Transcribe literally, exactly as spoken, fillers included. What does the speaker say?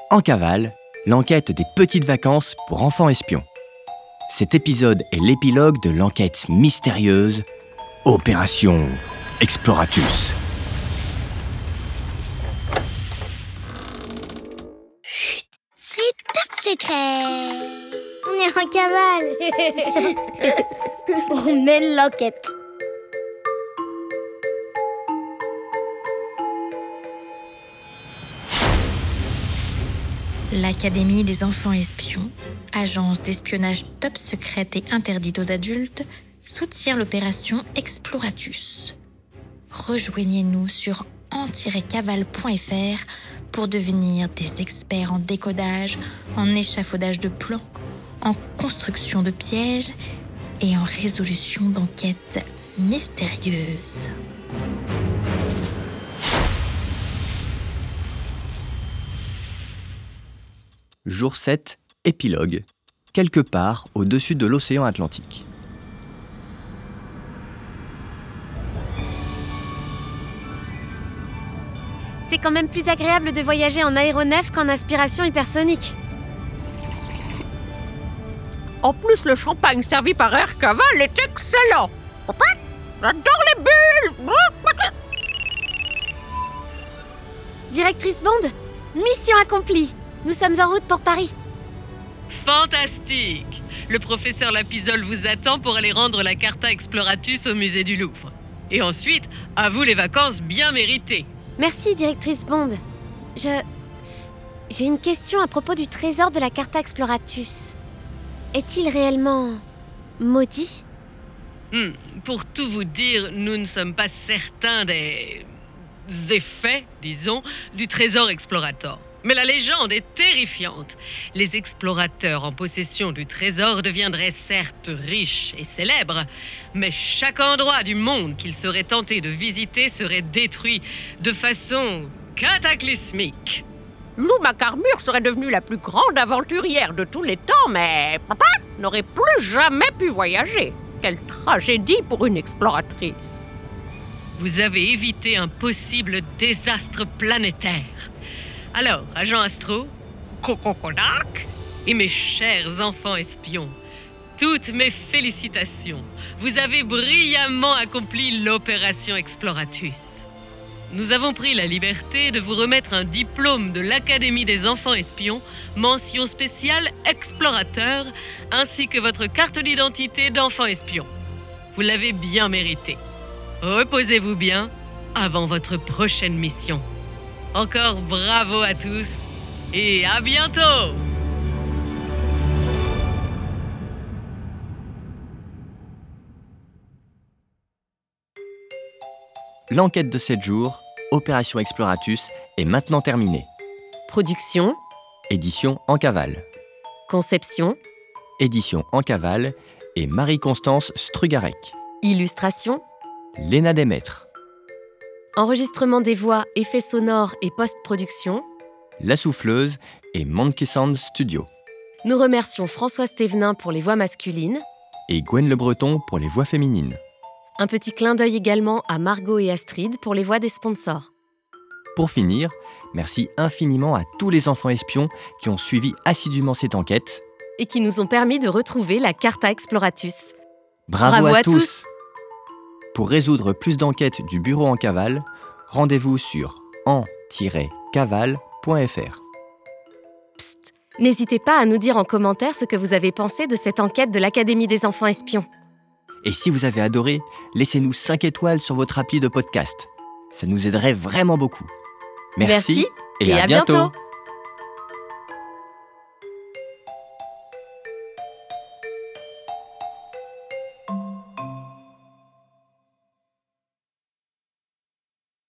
En cavale, l'enquête des petites vacances pour enfants espions. Cet épisode est l'épilogue de l'enquête mystérieuse Opération Exploratus. Chut, c'est top secret. On est en cavale. On mène l'enquête. L'Académie des enfants espions, agence d'espionnage top secrète et interdite aux adultes, soutient l'opération Exploratus. Rejoignez-nous sur en tiret cavale point f r pour devenir des experts en décodage, en échafaudage de plans, en construction de pièges et en résolution d'enquêtes mystérieuses. Jour sept, épilogue. Quelque part au-dessus de l'océan Atlantique. C'est quand même plus agréable de voyager en aéronef qu'en aspiration hypersonique. En plus, le champagne servi par Air Cavale est excellent. J'adore les bulles. Directrice Bond, mission accomplie. Nous sommes en route pour Paris. Fantastique! Le professeur Lapisole vous attend pour aller rendre la Carta Exploratus au musée du Louvre. Et ensuite, à vous les vacances bien méritées. Merci, directrice Bond. Je... J'ai une question à propos du trésor de la Carta Exploratus. Est-il réellement maudit? Hmm, pour tout vous dire, nous ne sommes pas certains des effets, disons, du trésor Explorator. Mais la légende est terrifiante. Les explorateurs en possession du trésor deviendraient certes riches et célèbres, mais chaque endroit du monde qu'ils seraient tentés de visiter serait détruit de façon cataclysmique. Lou Macarmur serait devenue la plus grande aventurière de tous les temps, mais papa n'aurait plus jamais pu voyager. Quelle tragédie pour une exploratrice. Vous avez évité un possible désastre planétaire. Alors, agent Astro, Coco-Kodak et mes chers enfants espions, toutes mes félicitations. Vous avez brillamment accompli l'opération Exploratus. Nous avons pris la liberté de vous remettre un diplôme de l'Académie des enfants espions, mention spéciale explorateur, ainsi que votre carte d'identité d'enfant espion. Vous l'avez bien mérité. Reposez-vous bien avant votre prochaine mission. Encore bravo à tous et à bientôt! L'enquête de sept jours, Opération Exploratus, est maintenant terminée. Production, Édition En Cavale. conception, Édition En Cavale et Marie-Constance Strugarec. illustration, Léna Desmaîtres. enregistrement des voix, effets sonores et post-production. La Souffleuse et Monkey Sound Studio. Nous remercions Françoise Thévenin pour les voix masculines. Et Gwen Le Breton pour les voix féminines. Un petit clin d'œil également à Margot et Astrid pour les voix des sponsors. Pour finir, merci infiniment à tous les enfants espions qui ont suivi assidûment cette enquête. Et qui nous ont permis de retrouver la Carta Exploratus. Bravo, Bravo à, à tous. tous. Pour résoudre plus d'enquêtes du bureau en cavale, rendez-vous sur en tiret cavale point f r. Psst, n'hésitez pas à nous dire en commentaire ce que vous avez pensé de cette enquête de l'Académie des enfants espions. Et si vous avez adoré, laissez-nous cinq étoiles sur votre appli de podcast. Ça nous aiderait vraiment beaucoup. Merci, Merci et, à, bientôt. bientôt.